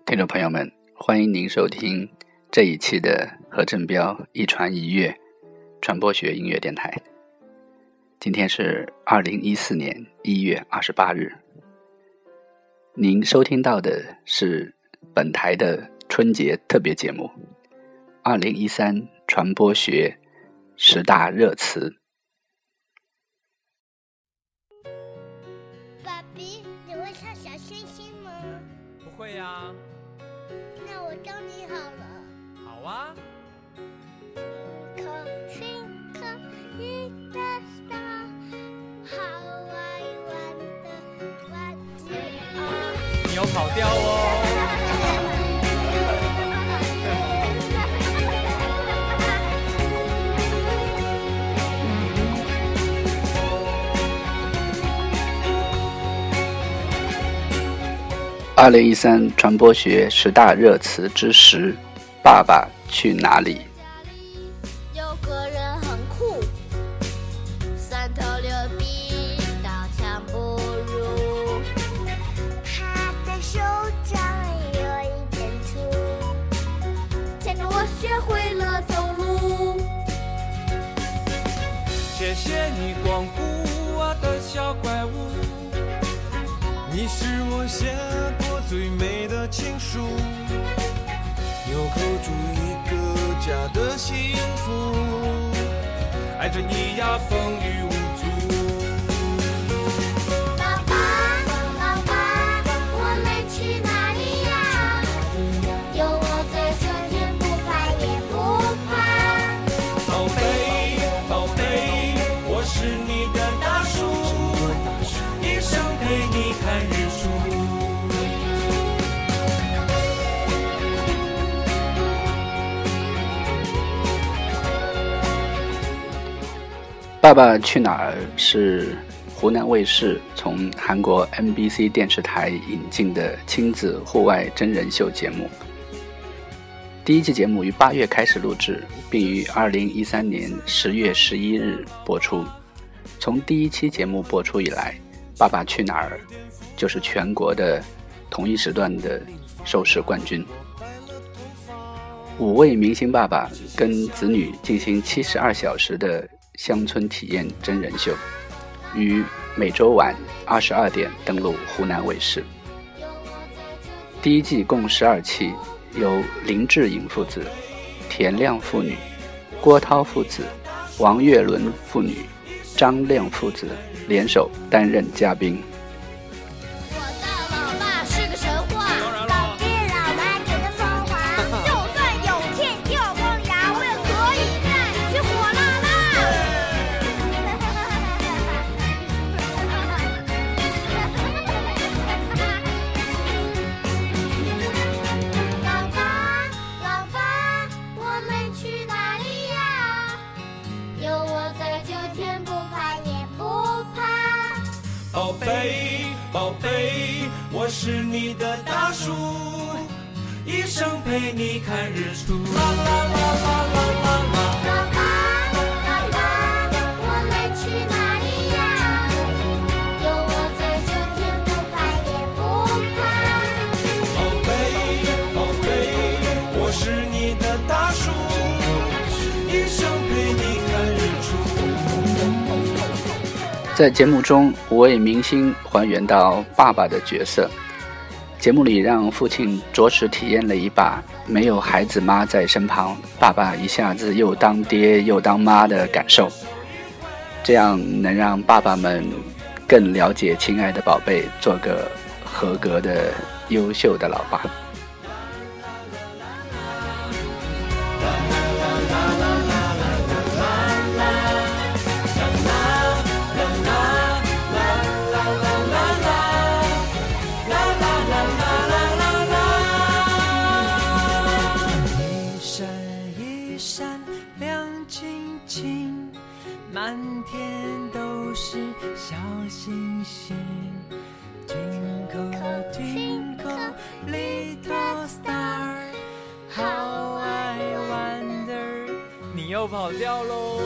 听众朋友们，欢迎您收听这一期的何振彪一传一乐传播学音乐电台。今天是2014年1月28日，您收听到的是本台的春节特别节目2013传播学10大热词。 爸比，你会唱小星星吗？ 不会呀。 那我教你好了。 好啊。 Twinkle, little star, how I wonder what you are。 你有跑调哦。 2013传播学10大热词之10，爸爸去哪里？ 有个人很酷，三头六臂，刀枪不入，他的手掌有一点粗，牵着我学会了走路。 谢谢你光顾我的小怪物，你是我写过最美的情书，纽扣住一个家的幸福，爱着你呀风雨无阻。 爸爸，爸爸，我们去哪里呀？有我在这天不怕也不怕。 宝贝，宝贝，我是你的大树，一生陪你看日出。 爸爸去哪儿是湖南卫视从韩国 MBC 电视台引进的亲子户外真人秀节目。第一季节目于8月开始录制，并于2013年10月11日播出。从第一期节目播出以来，爸爸去哪儿就是全国的同一时段的收视冠军。5位明星爸爸跟子女进行72小时的乡村体验真人秀，于每周晚22点登陆湖南卫视。第一季共12期，由林志颖父子、田亮父女、郭涛父子、王岳伦父女、张亮父子联手担任嘉宾。 我的老爸是个神话，老爹老妈觉得风华，就算有天掉光牙，我也可以带你去火辣辣。老爸，老爸，我们去哪里呀？有我在就天不怕也不怕。 宝贝，宝贝，我是你的大树，一生陪你看日出。啦啦啦啦啦啦啦。 老爸，老爸，我们去哪里呀？有我在就天不怕也不怕。 宝贝，宝贝，我是你的大树，一生陪你看日出。 在节目中，5位明星还原到爸爸的角色。节目里让父亲着实体验了一把没有孩子妈在身旁，爸爸一下子又当爹又当妈的感受，这样能让爸爸们更了解亲爱的宝贝，做个合格的优秀的老爸。 满天都是小星星 Twinkle twinkle little star How I wonder 你又跑调咯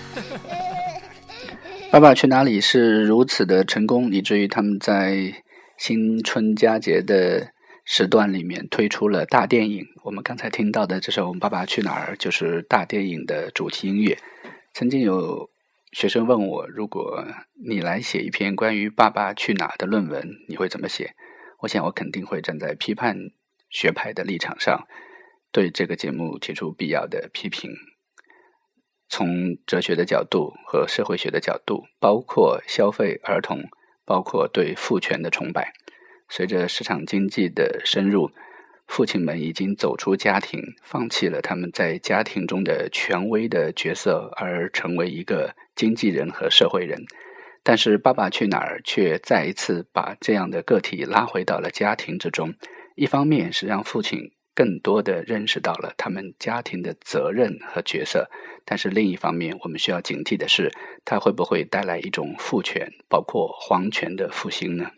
爸爸去哪里是如此的成功，以至于他们在新春佳节的时段里面推出了大电影，我们刚才听到的这首《爸爸去哪儿》就是大电影的主题音乐。曾经有学生问我，如果你来写一篇关于爸爸去哪儿的论文，你会怎么写？我想我肯定会站在批判学派的立场上，对这个节目提出必要的批评。从哲学的角度和社会学的角度，包括消费儿童，包括对父权的崇拜。随着市场经济的深入，父亲们已经走出家庭，放弃了他们在家庭中的权威的角色，而成为一个经纪人和社会人。但是《爸爸去哪儿》却再一次把这样的个体拉回到了家庭之中，一方面是让父亲更多地认识到了他们家庭的责任和角色，但是另一方面我们需要警惕的是，它会不会带来一种父权，包括皇权的复兴呢？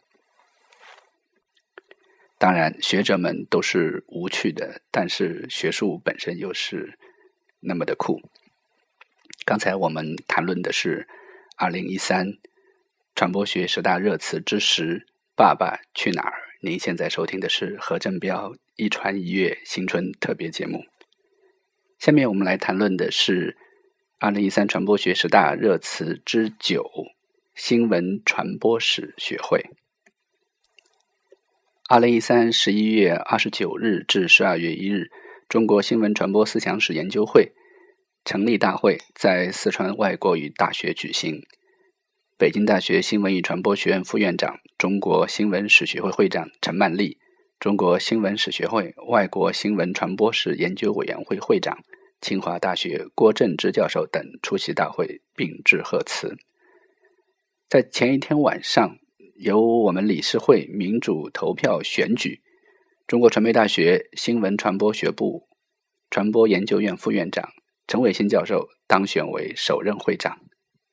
当然学者们都是无趣的，但是学术本身又是那么的酷。刚才我们谈论的是2013传播学10大热词之10，爸爸去哪儿？您现在收听的是何振彪一传一乐新春特别节目。下面我们来谈论的是2013传播学10大热词之9，新闻传播史学会。2013 11月29日至12月1日，中国新闻传播思想史研究会成立大会在四川外国语大学举行。北京大学新闻与传播学院副院长、中国新闻史学会会长陈曼丽，中国新闻史学会外国新闻传播史研究委员会会长、清华大学郭正之教授等出席大会并致贺词。在前一天晚上，由我们理事会民主投票选举，中国传媒大学新闻传播学部传播研究院副院长陈伟新教授当选为首任会长，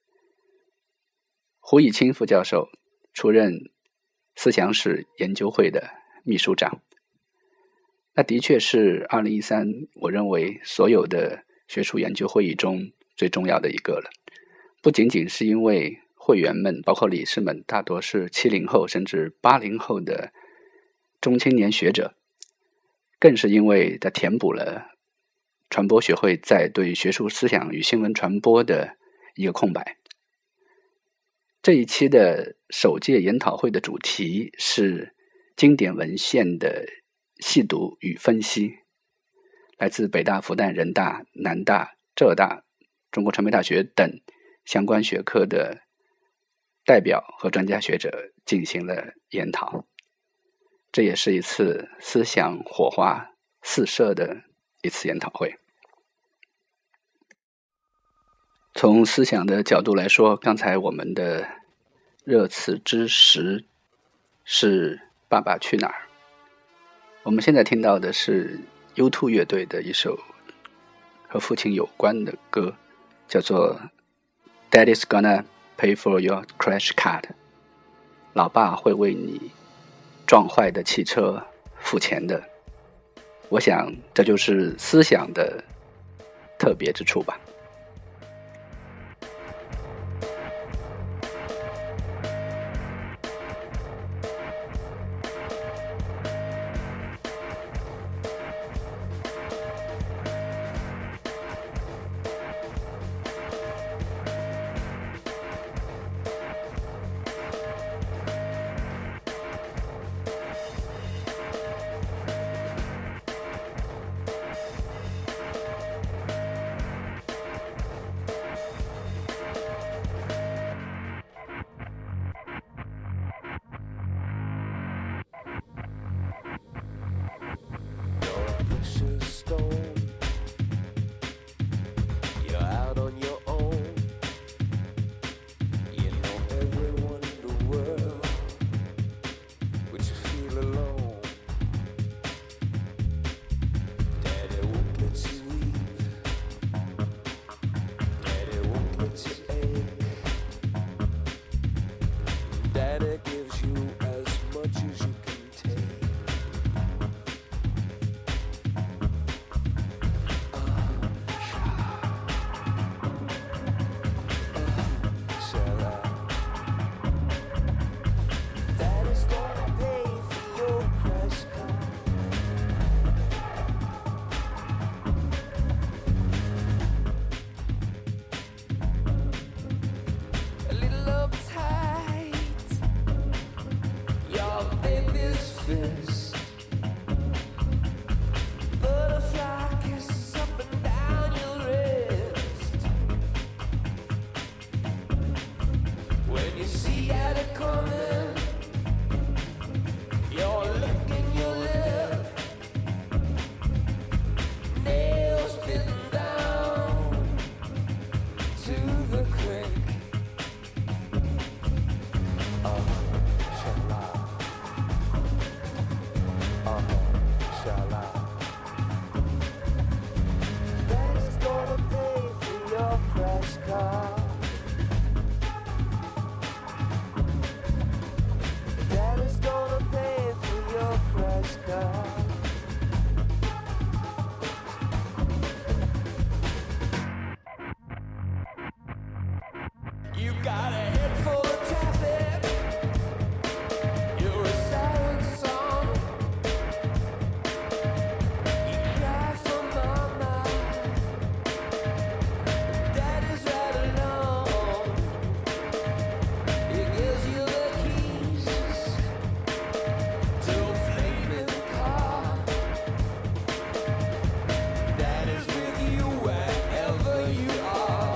胡以清副教授出任思想史研究会的秘书长。那的确是2013我认为所有的学术研究会议中最重要的一个了，不仅仅是因为会员们包括理事们大多是70后甚至80后的中青年学者，更是因为它填补了传播学会在对学术思想与新闻传播的一个空白。这一期的首届研讨会的主题是经典文献的细读与分析，来自北大、复旦、人大、南大、浙大、中国传媒大学等相关学科的代表和专家学者进行了研讨。这也是一次思想火花四射的一次研讨会。从思想的角度来说，刚才我们的热词之10是爸爸去哪儿。我们现在听到的是 U2 乐队的一首和父亲有关的歌，叫做 Daddy's Gonna Pay for Your Crash Card， 老爸会为你撞坏的汽车付钱的。我想这就是思想的特别之处吧。 You got a head full of traffic. You're a silent song. You cry for mama. Daddy's right along. He gives you the keys to a flaming car. Daddy's with you wherever you are.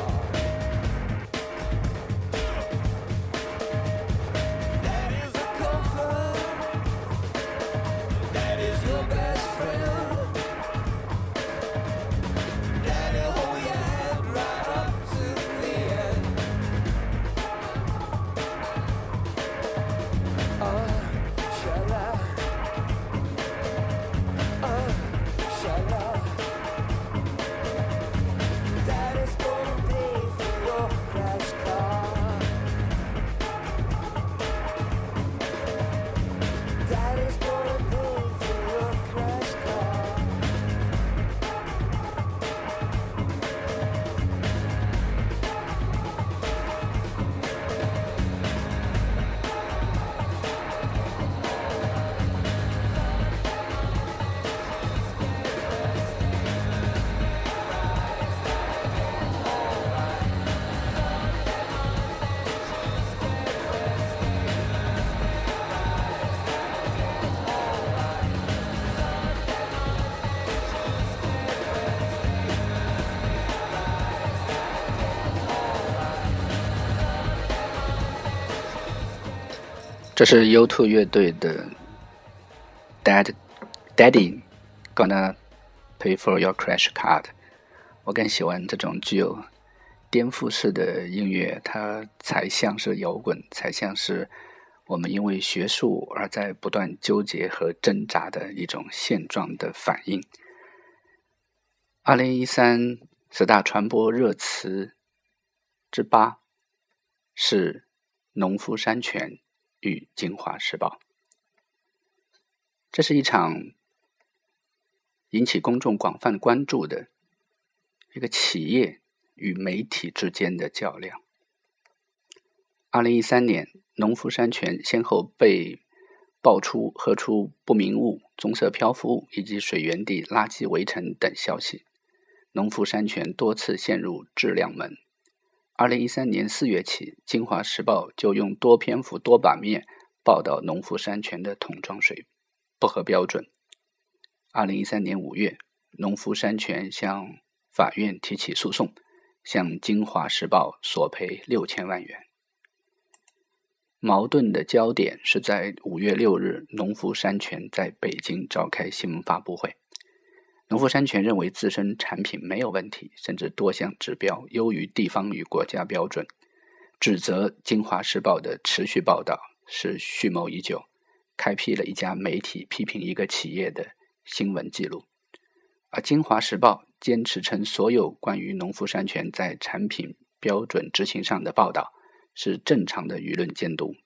Daddy's a comfort. Daddy's your best friend. Daddy, hold your hand right up to the end. Shala. Shala. Daddy's gonna pay for your crash car. Daddy's gonna pay for your crash car. 这是 U2 乐队的 Daddy Gonna Pay for Your Crash Card。 我更喜欢这种具有颠覆式的音乐，它才像是摇滚，才像是我们因为学术而在不断纠结和挣扎的一种现状的反应。201310大传播热词之8是农夫山泉与京华时报。这是一场引起公众广泛关注的一个企业与媒体之间的较量。2013年，农夫山泉先后被爆出喝出不明物、棕色漂浮物以及水源地垃圾围城等消息，农夫山泉多次陷入质量门。2013年4月起，京华时报就用多篇幅多版面报道农夫山泉的桶装水不合标准。2013年5月，农夫山泉向法院提起诉讼，向京华时报索赔6000万元。矛盾的焦点是在5月6日，农夫山泉在北京召开新闻发布会。农夫山泉认为自身产品没有问题，甚至多项指标优于地方与国家标准，指责京华时报的持续报道是蓄谋已久，开辟了一家媒体批评一个企业的新闻记录。而京华时报坚持称所有关于农夫山泉在产品标准执行上的报道是正常的舆论监督。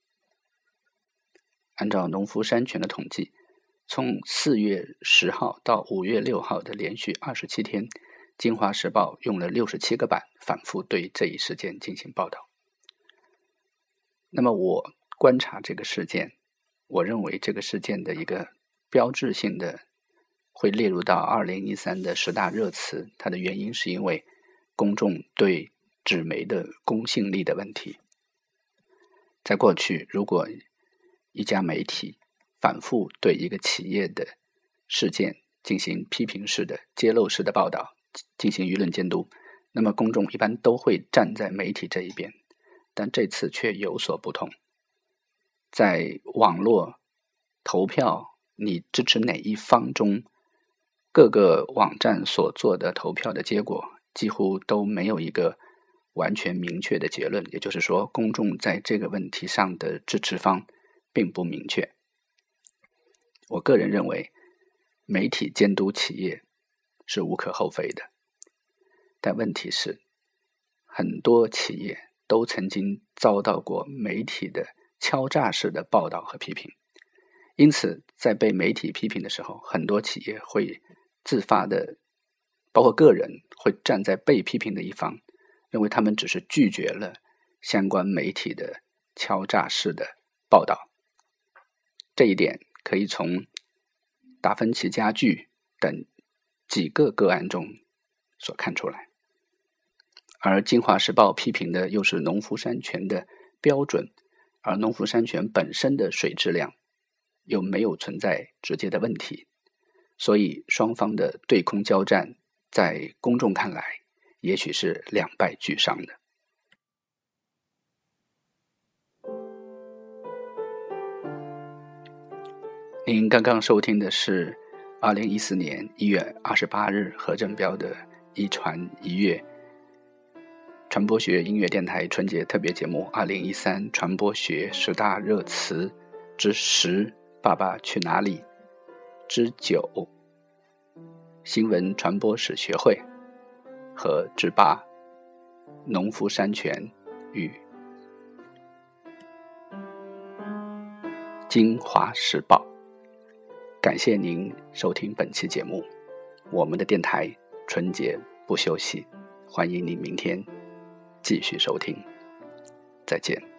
按照农夫山泉的统计，从4月10号到5月6号的连续27天，京华时报用了67个版反复对这一事件进行报道。那么我观察这个事件，我认为这个事件的一个标志性的会列入到2013的10大热词，它的原因是因为公众对纸媒的公信力的问题。在过去，如果一家媒体反复对一个企业的事件进行批评式的揭露式的报道，进行舆论监督，那么公众一般都会站在媒体这一边。但这次却有所不同，在网络投票你支持哪一方中，各个网站所做的投票的结果几乎都没有一个完全明确的结论，也就是说，公众在这个问题上的支持方并不明确。我个人认为，媒体监督企业是无可厚非的，但问题是，很多企业都曾经遭到过媒体的敲诈式的报道和批评，因此在被媒体批评的时候，很多企业会自发的，包括个人会站在被批评的一方，认为他们只是拒绝了相关媒体的敲诈式的报道。这一点可以从达芬奇家具等几个个案中所看出来。而《京华时报》批评的又是农夫山泉的标准，而农夫山泉本身的水质量又没有存在直接的问题，所以双方的对空交战在公众看来也许是两败俱伤的。您刚刚收听的是2014年1月28日何振彪的一传一乐传播学音乐电台春节特别节目2013传播学10大热词之10爸爸去哪里之9新闻传播史学会和之8农夫山泉与京华时报。感谢您收听本期节目，我们的电台春节不休息，欢迎您明天继续收听，再见。